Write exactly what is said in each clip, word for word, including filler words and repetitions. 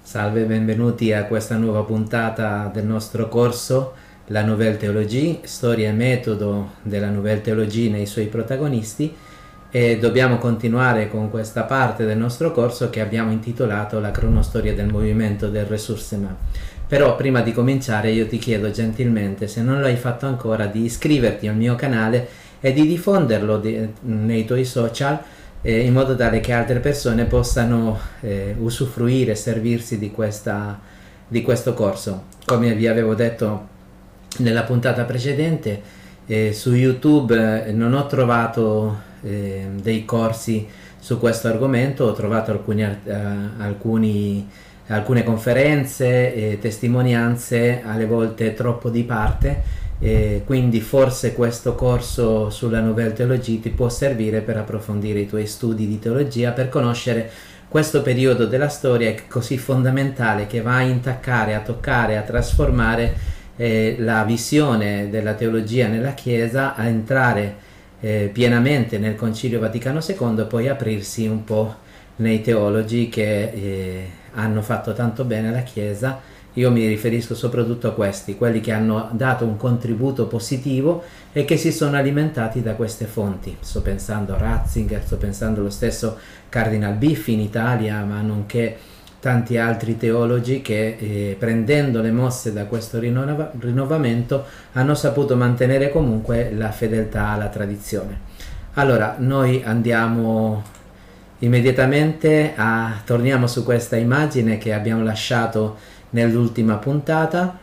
Salve, benvenuti a questa nuova puntata del nostro corso, la Nouvelle Théologie, storia e metodo della Nouvelle Théologie nei suoi protagonisti, e dobbiamo continuare con questa parte del nostro corso che abbiamo intitolato la cronostoria del movimento del Ressourcement. Però prima di cominciare io ti chiedo gentilmente, se non l'hai fatto ancora, di iscriverti al mio canale e di diffonderlo di, nei tuoi social, eh, in modo tale che altre persone possano eh, usufruire e servirsi di, questa, di questo corso. Come vi avevo detto nella puntata precedente, eh, su YouTube eh, non ho trovato eh, dei corsi su questo argomento, ho trovato alcuni, eh, alcuni, alcune conferenze e testimonianze, alle volte troppo di parte. E quindi forse questo corso sulla Nouvelle Théologie ti può servire per approfondire i tuoi studi di teologia, per conoscere questo periodo della storia così fondamentale, che va a intaccare, a toccare, a trasformare eh, la visione della teologia nella Chiesa, a entrare eh, pienamente nel Concilio Vaticano secondo e poi aprirsi un po' nei teologi che eh, hanno fatto tanto bene alla Chiesa. Io mi riferisco soprattutto a questi, quelli che hanno dato un contributo positivo e che si sono alimentati da queste fonti. Sto pensando a Ratzinger, sto pensando allo stesso Cardinal Biffi in Italia, ma nonché tanti altri teologi che eh, prendendo le mosse da questo rinnova- rinnovamento hanno saputo mantenere comunque la fedeltà alla tradizione. Allora, noi andiamo immediatamente a torniamo su questa immagine che abbiamo lasciato nell'ultima puntata.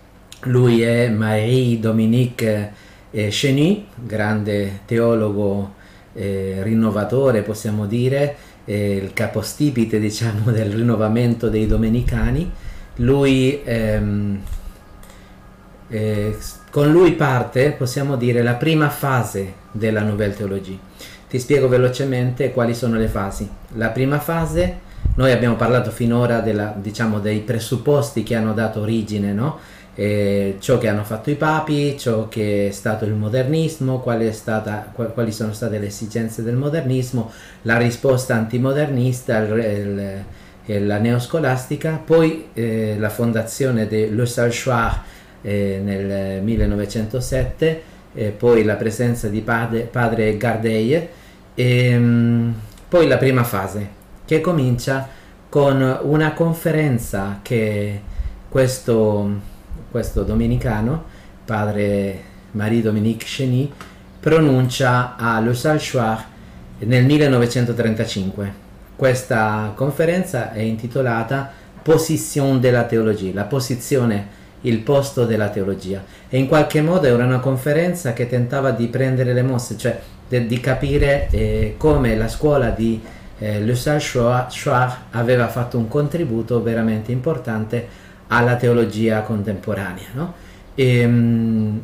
Lui è Marie-Dominique eh, Chenu, grande teologo eh, rinnovatore, possiamo dire, eh, il capostipite, diciamo, del rinnovamento dei domenicani. Lui ehm, eh, con lui parte, possiamo dire, la prima fase della Nouvelle Théologie. Ti spiego velocemente quali sono le fasi. La prima fase, noi abbiamo parlato finora della, diciamo, dei presupposti che hanno dato origine, no? Eh, ciò che hanno fatto i papi, ciò che è stato il modernismo, qual è stata, quali sono state le esigenze del modernismo, la risposta antimodernista, il, il, il, la neoscolastica, poi eh, la fondazione de Le Salchoir eh, nel millenovecentosette, eh, poi la presenza di padre, padre Gardey, e mh, poi la prima fase, che comincia con una conferenza che questo, questo domenicano, padre Marie-Dominique Chenu, pronuncia a Le Salchoir nel millenovecentotrentacinque. Questa conferenza è intitolata Position de la théologie, la posizione, il posto della teologia, e in qualche modo era una conferenza che tentava di prendere le mosse, cioè de, di capire eh, come la scuola di Eh, Le Salchoir aveva fatto un contributo veramente importante alla teologia contemporanea, no? E, mh,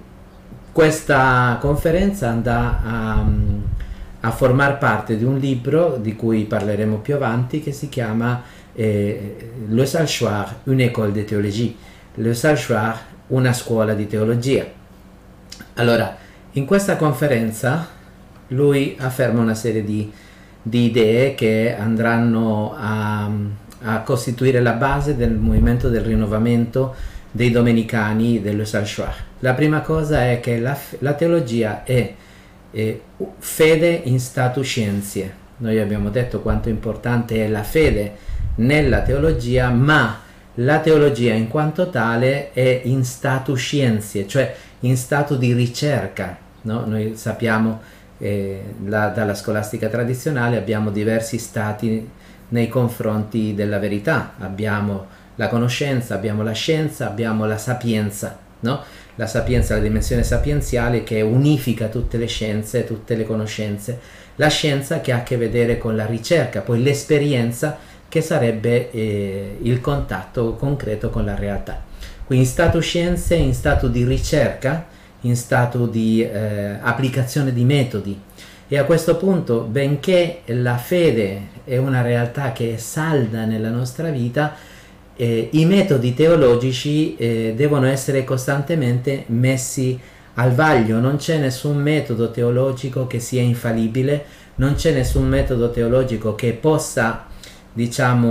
questa conferenza andò a, a formar parte di un libro di cui parleremo più avanti, che si chiama eh, Le Salchoir, une école de théologie, Le Salchoir, una scuola di teologia. Allora, in questa conferenza lui afferma una serie di di idee che andranno a, a costituire la base del movimento del rinnovamento dei domenicani dello Salchoir. La prima cosa è che la, la teologia è, è fede in statu scientie. Noi abbiamo detto quanto importante è la fede nella teologia, ma la teologia in quanto tale è in statu scientie, cioè in stato di ricerca, no? Noi sappiamo Eh, la, dalla scolastica tradizionale abbiamo diversi stati nei confronti della verità. Abbiamo la conoscenza, abbiamo la scienza, abbiamo la sapienza, no? La sapienza, la dimensione sapienziale che unifica tutte le scienze, tutte le conoscenze, la scienza che ha a che vedere con la ricerca, poi l'esperienza che sarebbe eh, il contatto concreto con la realtà. Quindi in stato scienze, in stato di ricerca, in stato di eh, applicazione di metodi. E a questo punto, benché la fede è una realtà che è salda nella nostra vita, eh, i metodi teologici eh, devono essere costantemente messi al vaglio. Non c'è nessun metodo teologico che sia infallibile, non c'è nessun metodo teologico che possa, diciamo,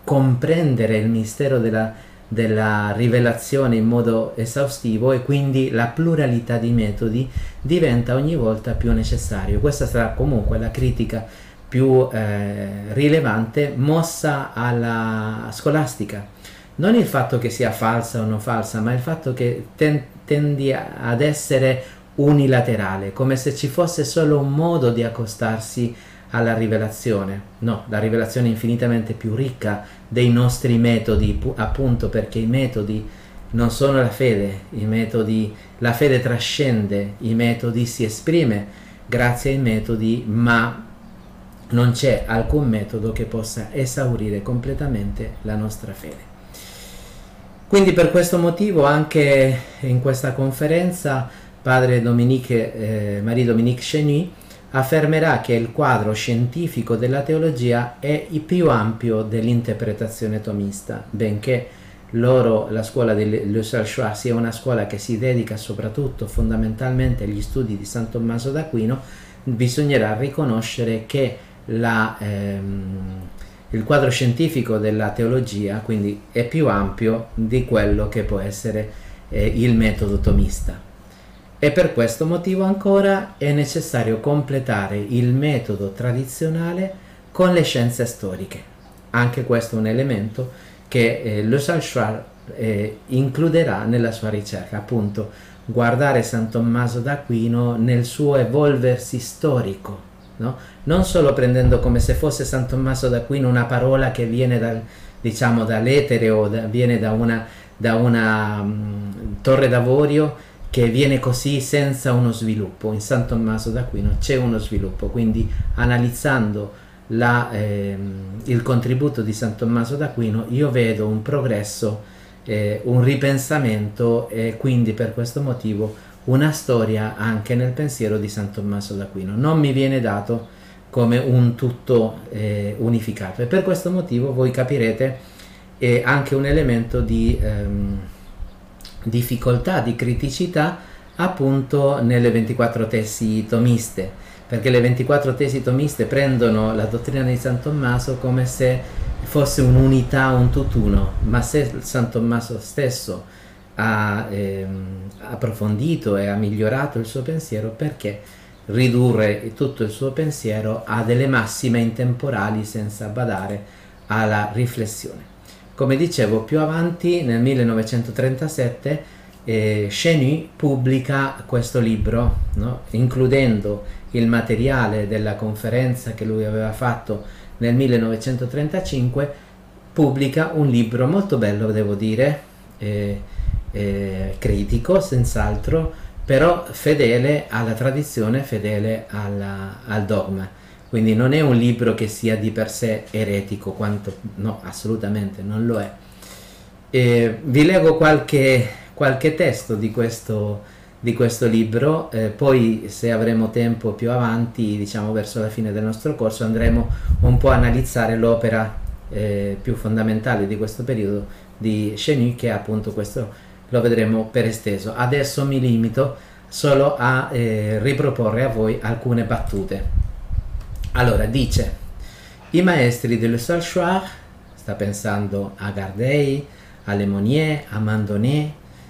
comprendere il mistero della, della rivelazione in modo esaustivo, e quindi la pluralità di metodi diventa ogni volta più necessario. Questa sarà comunque la critica più eh, rilevante mossa alla scolastica. Non il fatto che sia falsa o non falsa, ma il fatto che ten, tendi ad essere unilaterale, come se ci fosse solo un modo di accostarsi alla rivelazione. No, la rivelazione è infinitamente più ricca dei nostri metodi, appunto perché i metodi non sono la fede, i metodi, la fede trascende i metodi, si esprime grazie ai metodi, ma non c'è alcun metodo che possa esaurire completamente la nostra fede. Quindi per questo motivo anche in questa conferenza padre Dominique, eh, Marie-Dominique Chenu affermerà che il quadro scientifico della teologia è il più ampio dell'interpretazione tomista, benché loro, la scuola di Le Salchoir, sia una scuola che si dedica soprattutto fondamentalmente agli studi di San Tommaso d'Aquino. Bisognerà riconoscere che la, ehm, il quadro scientifico della teologia quindi è più ampio di quello che può essere eh, il metodo tomista. E per questo motivo ancora è necessario completare il metodo tradizionale con le scienze storiche. Anche questo è un elemento che eh, Le Salchoir eh, includerà nella sua ricerca, appunto guardare San Tommaso d'Aquino nel suo evolversi storico, no? Non solo prendendo come se fosse San Tommaso d'Aquino una parola che viene dal, diciamo, dall'etere o da, viene da una, da una um, torre d'avorio che viene così senza uno sviluppo. In San Tommaso d'Aquino c'è uno sviluppo, quindi analizzando la, ehm, il contributo di San Tommaso d'Aquino io vedo un progresso, eh, un ripensamento, e quindi per questo motivo una storia anche nel pensiero di San Tommaso d'Aquino. Non mi viene dato come un tutto eh, unificato, e per questo motivo voi capirete è anche un elemento di ehm, difficoltà, di criticità appunto nelle ventiquattro tesi tomiste, perché le ventiquattro tesi tomiste prendono la dottrina di San Tommaso come se fosse un'unità, un tutt'uno, ma se San Tommaso stesso ha ehm, approfondito e ha migliorato il suo pensiero, perché ridurre tutto il suo pensiero a delle massime intemporali senza badare alla riflessione. Come dicevo, più avanti nel millenovecentotrentasette eh, Chenu pubblica questo libro, no? Includendo il materiale della conferenza che lui aveva fatto nel millenovecentotrentacinque, pubblica un libro molto bello, devo dire, eh, eh, critico senz'altro, però fedele alla tradizione, fedele alla, al dogma. Quindi non è un libro che sia di per sé eretico, quanto, no, assolutamente non lo è. E vi leggo qualche, qualche testo di questo, di questo libro, eh, poi se avremo tempo più avanti, diciamo verso la fine del nostro corso, andremo un po' a analizzare l'opera eh, più fondamentale di questo periodo di Chenu, che è appunto questo, lo vedremo per esteso. Adesso mi limito solo a eh, riproporre a voi alcune battute. Allora, dice, i maestri dello Salchoir, sta pensando a Gardei, a Lemonnier, a Mandonnet,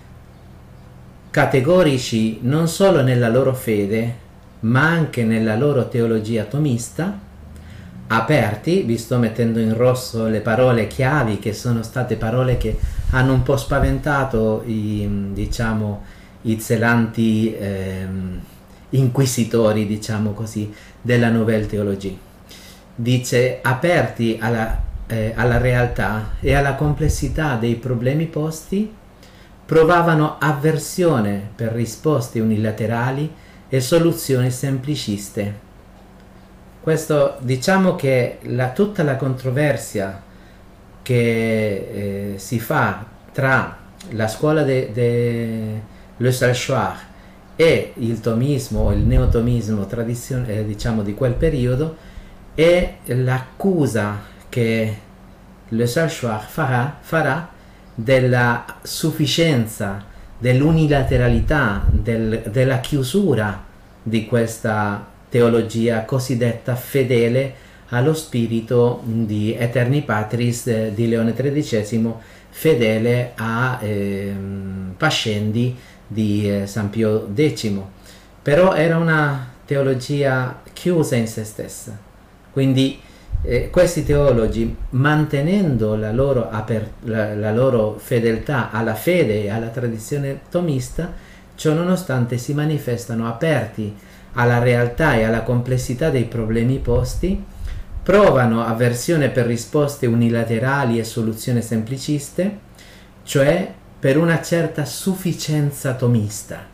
categorici non solo nella loro fede, ma anche nella loro teologia tomista, aperti, vi sto mettendo in rosso le parole chiavi, che sono state parole che hanno un po' spaventato i, diciamo, i zelanti ehm, inquisitori, diciamo così, della Nouvelle Théologie. Dice, aperti alla, eh, alla realtà e alla complessità dei problemi posti, provavano avversione per risposte unilaterali e soluzioni sempliciste. Questo, diciamo che la, tutta la controversia che eh, si fa tra la scuola de, de Le Salchoir e il tomismo o il neotomismo tradizionale, eh, diciamo di quel periodo, è l'accusa che Le Salchoir farà, farà della sufficienza, dell'unilateralità, del, della chiusura di questa teologia cosiddetta fedele allo spirito di Eterni Patris eh, di Leone tredicesimo, fedele a eh, Pascendi di eh, San Pio decimo. Però era una teologia chiusa in se stessa, quindi eh, questi teologi, mantenendo la loro, la, la loro fedeltà alla fede e alla tradizione tomista, ciò nonostante si manifestano aperti alla realtà e alla complessità dei problemi posti, provano avversione per risposte unilaterali e soluzioni sempliciste, cioè per una certa sufficienza tomista.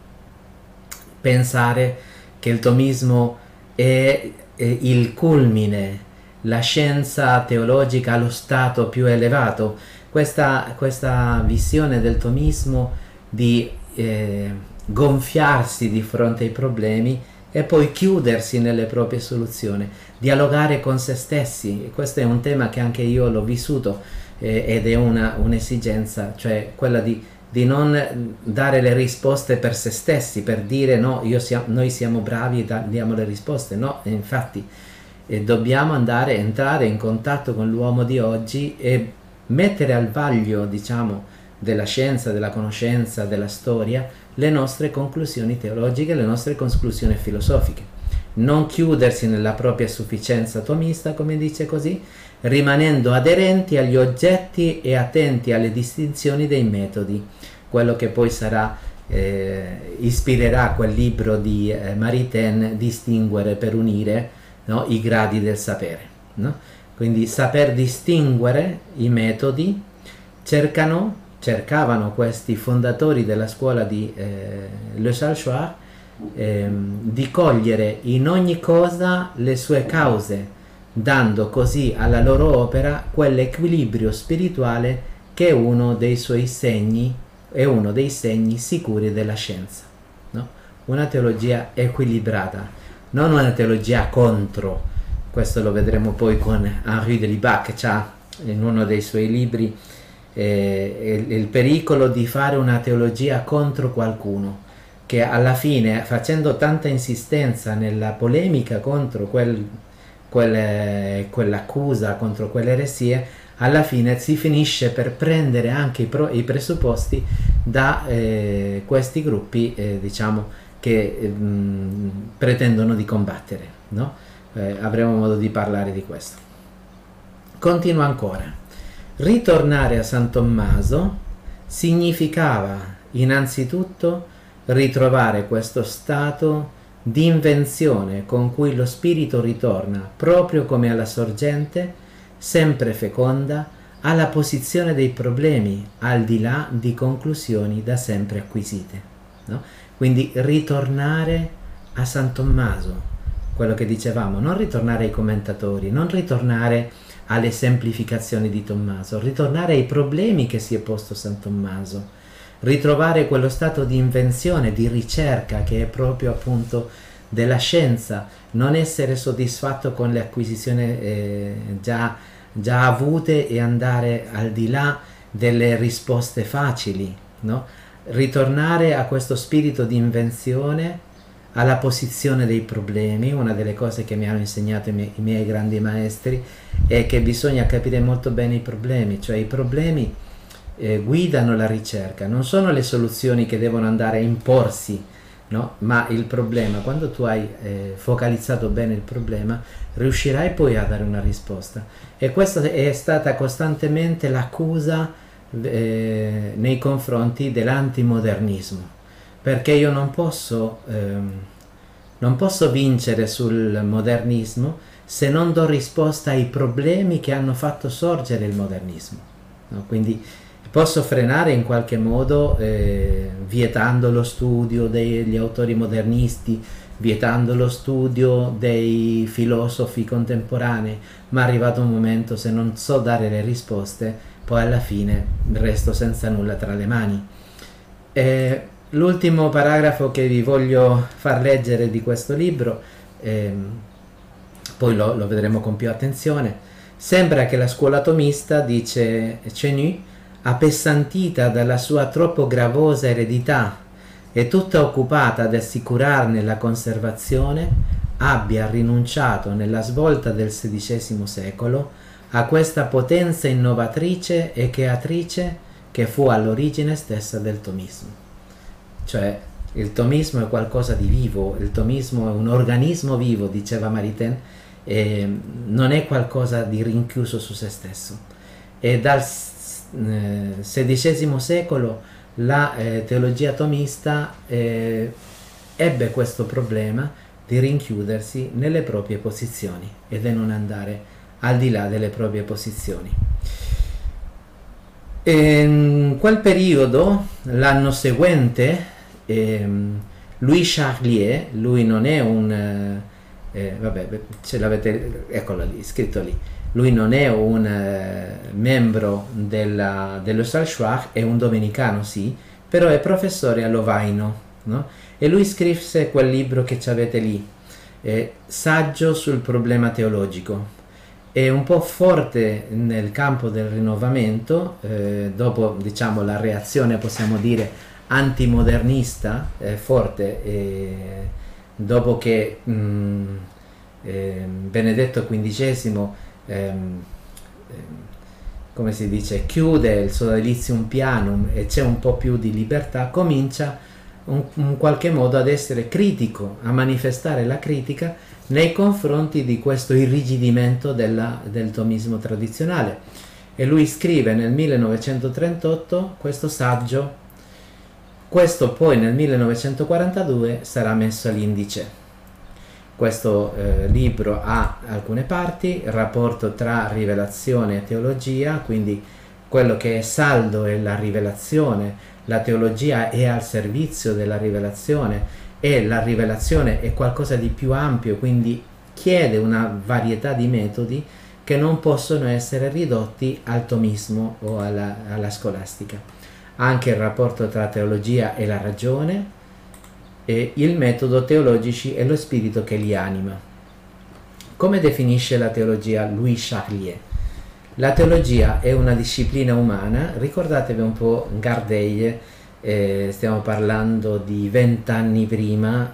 Pensare che il tomismo è, è il culmine, la scienza teologica allo stato più elevato, questa, questa visione del tomismo di eh, gonfiarsi di fronte ai problemi e poi chiudersi nelle proprie soluzioni, dialogare con se stessi. Questo è un tema che anche io l'ho vissuto eh, ed è una, un'esigenza, cioè quella di, di non dare le risposte per se stessi, per dire no, io siamo, noi siamo bravi e da, diamo le risposte. No, infatti eh, dobbiamo andare, entrare in contatto con l'uomo di oggi e mettere al vaglio, diciamo, della scienza, della conoscenza, della storia, le nostre conclusioni teologiche, le nostre conclusioni filosofiche. Non chiudersi nella propria sufficienza tomista, come dice così, rimanendo aderenti agli oggetti e attenti alle distinzioni dei metodi, quello che poi sarà, eh, ispirerà quel libro di eh, Maritain, Distinguere per unire, no, i gradi del sapere. No? Quindi saper distinguere i metodi, cercano cercavano questi fondatori della scuola di eh, Le Salchoir ehm, di cogliere in ogni cosa le sue cause, dando così alla loro opera quell'equilibrio spirituale che è uno dei suoi segni, è uno dei segni sicuri della scienza. No? Una teologia equilibrata, non una teologia contro. Questo lo vedremo poi con Henri de Libac, c'ha in uno dei suoi libri Eh, il, il pericolo di fare una teologia contro qualcuno, che alla fine, facendo tanta insistenza nella polemica contro quel, quel, quell'accusa, contro quelle eresie, alla fine si finisce per prendere anche i, pro, i presupposti da eh, questi gruppi eh, diciamo che eh, mh, pretendono di combattere, no? Eh, avremo modo di parlare di questo. Continua ancora. Ritornare a San Tommaso significava innanzitutto ritrovare questo stato di invenzione con cui lo spirito ritorna, proprio come alla sorgente, sempre feconda, alla posizione dei problemi, al di là di conclusioni da sempre acquisite. No? Quindi ritornare a San Tommaso, quello che dicevamo, non ritornare ai commentatori, non ritornare alle semplificazioni di Tommaso, ritornare ai problemi che si è posto San Tommaso, ritrovare quello stato di invenzione, di ricerca che è proprio appunto della scienza, non essere soddisfatto con le acquisizioni eh, già, già avute e andare al di là delle risposte facili, no? Ritornare a questo spirito di invenzione, alla posizione dei problemi. Una delle cose che mi hanno insegnato i miei, i miei grandi maestri è che bisogna capire molto bene i problemi, cioè i problemi eh, guidano la ricerca, non sono le soluzioni che devono andare a imporsi, no? Ma il problema, quando tu hai eh, focalizzato bene il problema, riuscirai poi a dare una risposta. E questa è stata costantemente l'accusa eh, nei confronti dell'antimodernismo, perché io non posso, ehm, non posso vincere sul modernismo se non do risposta ai problemi che hanno fatto sorgere il modernismo. No? Quindi posso frenare in qualche modo eh, vietando lo studio degli autori modernisti, vietando lo studio dei filosofi contemporanei, ma arrivato un momento, se non so dare le risposte, poi alla fine resto senza nulla tra le mani. Eh, L'ultimo paragrafo che vi voglio far leggere di questo libro, ehm, poi lo, lo vedremo con più attenzione. Sembra che la scuola tomista, dice Chenu, appesantita dalla sua troppo gravosa eredità e tutta occupata ad assicurarne la conservazione, abbia rinunciato nella svolta del sedicesimo secolo a questa potenza innovatrice e creatrice che fu all'origine stessa del tomismo. Cioè, il tomismo è qualcosa di vivo, il tomismo è un organismo vivo, diceva Maritain, e non è qualcosa di rinchiuso su se stesso. E dal eh, sedicesimo secolo la eh, teologia tomista eh, ebbe questo problema di rinchiudersi nelle proprie posizioni e di non andare al di là delle proprie posizioni. E in quel periodo, l'anno seguente, ehm, Louis Charlier, lui non è un eh, vabbè, ce l'avete, eccolo lì, scritto lì, lui non è un eh, membro della, dello Salchoir, è un domenicano sì, però è professore a Lovaino, no? E lui scrisse quel libro che avete lì, eh, Saggio sul problema teologico. È un po' forte nel campo del rinnovamento, eh, dopo diciamo la reazione possiamo dire antimodernista, eh, forte, eh, dopo che mh, eh, Benedetto quindicesimo ehm, come si dice, chiude il Sodalizium Pianum e c'è un po' più di libertà, comincia un, in qualche modo ad essere critico, a manifestare la critica nei confronti di questo irrigidimento della, del tomismo tradizionale. E lui scrive nel millenovecentotrentotto questo saggio. Questo poi nel millenovecentoquarantadue sarà messo all'indice. Questo eh, libro ha alcune parti, il rapporto tra rivelazione e teologia, quindi quello che è saldo è la rivelazione, la teologia è al servizio della rivelazione e la rivelazione è qualcosa di più ampio, quindi chiede una varietà di metodi che non possono essere ridotti al tomismo o alla, alla scolastica. Anche il rapporto tra teologia e la ragione, e il metodo teologici e lo spirito che li anima. Come definisce la teologia Louis Charlier? La teologia è una disciplina umana, ricordatevi un po' Gardei, eh, stiamo parlando di vent'anni prima,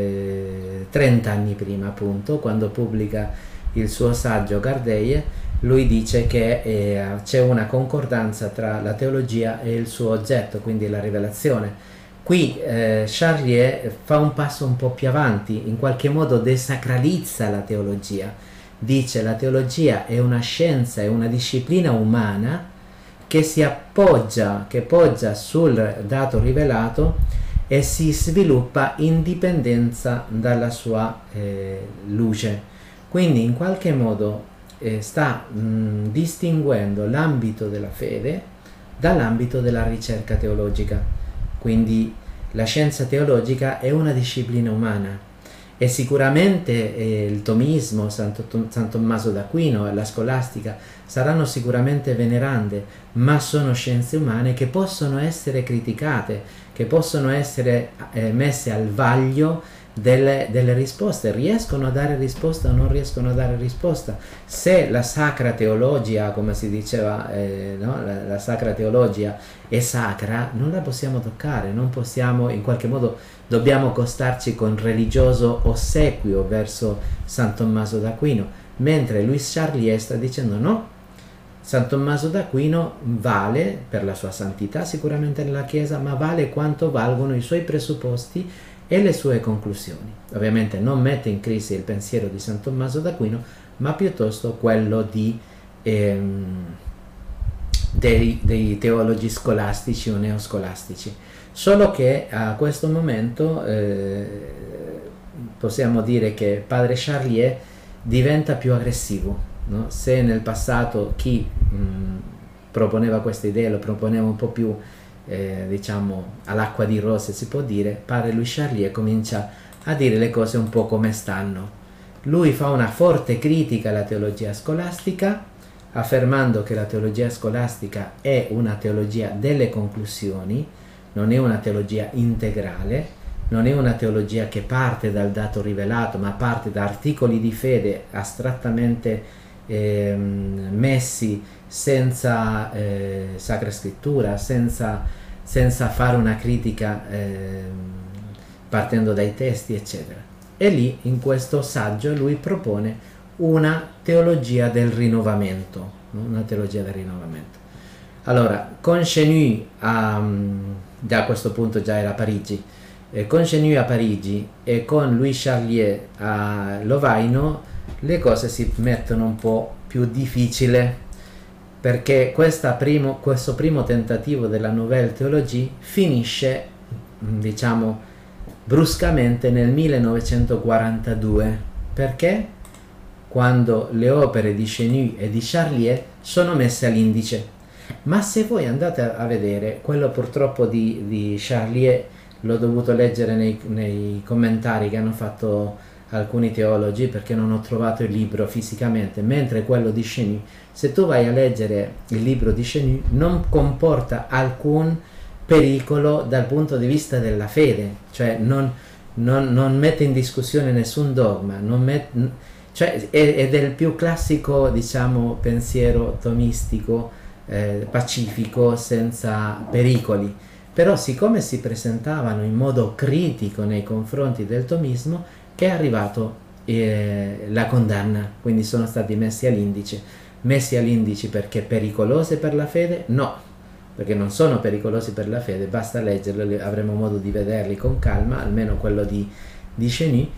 eh, trent'anni prima appunto, quando pubblica il suo saggio Gardei, lui dice che eh, c'è una concordanza tra la teologia e il suo oggetto, quindi la rivelazione. Qui eh, Charlier fa un passo un po' più avanti, in qualche modo desacralizza la teologia, dice la teologia è una scienza, è una disciplina umana che si appoggia, che poggia sul dato rivelato e si sviluppa in dipendenza dalla sua eh, luce. Quindi in qualche modo eh, sta mh, distinguendo l'ambito della fede dall'ambito della ricerca teologica. Quindi la scienza teologica è una disciplina umana e sicuramente eh, il tomismo, Santo, San Tommaso d'Aquino e la scolastica saranno sicuramente venerande, ma sono scienze umane che possono essere criticate, che possono essere eh, messe al vaglio delle, delle risposte. Riescono a dare risposta o non riescono a dare risposta? Se la sacra teologia, come si diceva, eh, no? la, la sacra teologia è sacra, non la possiamo toccare, non possiamo, in qualche modo dobbiamo accostarci con religioso ossequio verso San Tommaso d'Aquino, mentre Louis Charlier sta dicendo no, San Tommaso d'Aquino vale per la sua santità sicuramente nella Chiesa, ma vale quanto valgono i suoi presupposti e le sue conclusioni. Ovviamente non mette in crisi il pensiero di San Tommaso d'Aquino, ma piuttosto quello di, ehm, dei, dei teologi scolastici o neoscolastici. Solo che a questo momento eh, possiamo dire che padre Charlier diventa più aggressivo, no? Se nel passato chi mh, proponeva queste idee lo proponeva un po' più eh, diciamo all'acqua di rose, si può dire, padre Louis Charlier comincia a dire le cose un po' come stanno. Lui fa una forte critica alla teologia scolastica, affermando che la teologia scolastica è una teologia delle conclusioni, non è una teologia integrale, non è una teologia che parte dal dato rivelato, ma parte da articoli di fede astrattamente eh, messi senza eh, Sacra Scrittura, senza, senza fare una critica eh, partendo dai testi, eccetera. E lì, in questo saggio, lui propone una teologia del rinnovamento, no? Una teologia del rinnovamento. Allora, con Chenu, um, già a questo punto già era a Parigi, eh, con Chenu a Parigi e con Louis Charlier a Lovaino, le cose si mettono un po' più difficile, perché questa primo, questo primo tentativo della Nouvelle Théologie finisce, diciamo, bruscamente nel millenovecentoquarantadue. Perché? Quando le opere di Chenu e di Charlier sono messe all'indice. Ma se voi andate a vedere, quello purtroppo di, di Charlier l'ho dovuto leggere nei, nei commentari che hanno fatto alcuni teologi, perché non ho trovato il libro fisicamente, mentre quello di Chenu, se tu vai a leggere il libro di Chenu, non comporta alcun pericolo dal punto di vista della fede, cioè non, non, non mette in discussione nessun dogma, non met, cioè è, è del più classico, diciamo, pensiero tomistico, eh, pacifico, senza pericoli. Però siccome si presentavano in modo critico nei confronti del tomismo, è arrivato eh, la condanna, quindi sono stati messi all'indice. Messi all'indice perché pericolosi per la fede? No, perché non sono pericolosi per la fede, basta leggerlo, avremo modo di vederli con calma, almeno quello di, di Chenu,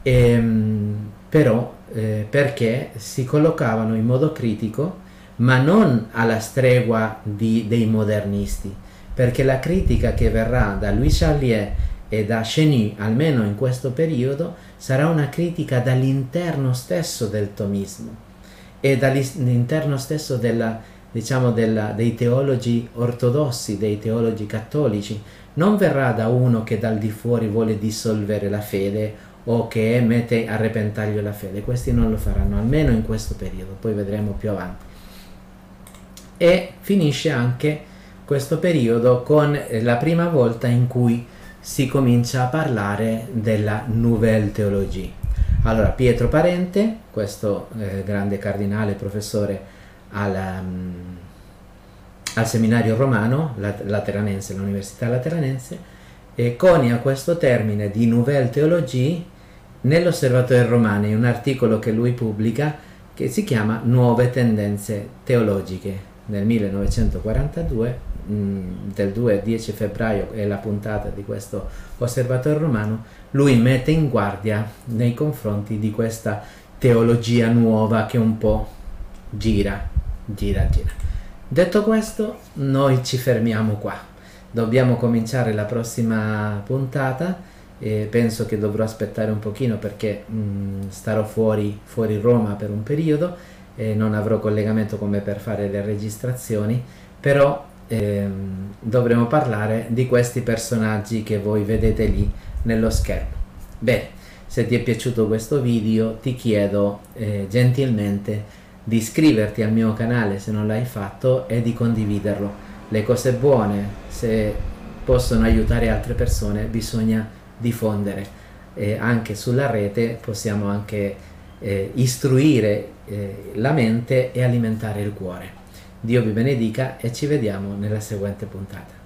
ehm, però eh, perché si collocavano in modo critico, ma non alla stregua di, dei modernisti, perché la critica che verrà da Louis Charlier e da Chenu, almeno in questo periodo, sarà una critica dall'interno stesso del tomismo e dall'interno stesso della, diciamo, della, dei teologi ortodossi, dei teologi cattolici. Non verrà da uno che dal di fuori vuole dissolvere la fede o che mette a repentaglio la fede. Questi non lo faranno, almeno in questo periodo, poi vedremo più avanti. E finisce anche questo periodo con la prima volta in cui si comincia a parlare della Nouvelle Théologie. Allora, Pietro Parente, questo eh, grande cardinale, professore al, um, al seminario romano, la, lateranense, l'Università Lateranense, e conia questo termine di Nouvelle Théologie nell'Osservatore Romano, in un articolo che lui pubblica che si chiama Nuove tendenze teologiche, nel millenovecentoquarantadue, del due e dieci febbraio è la puntata di questo Osservatore Romano. Lui mette in guardia nei confronti di questa teologia nuova che un po' gira, gira, gira. Detto questo, noi ci fermiamo qua. Dobbiamo cominciare la prossima puntata e penso che dovrò aspettare un pochino perché mh, starò fuori, fuori Roma per un periodo e non avrò collegamento come per fare le registrazioni, però ehm, dovremo parlare di questi personaggi che voi vedete lì nello schermo. Bene, se ti è piaciuto questo video ti chiedo eh, gentilmente di iscriverti al mio canale se non l'hai fatto e di condividerlo. Le cose buone, se possono aiutare altre persone, bisogna diffondere. E anche sulla rete possiamo anche eh, istruire eh, la mente e alimentare il cuore. Dio vi benedica e ci vediamo nella seguente puntata.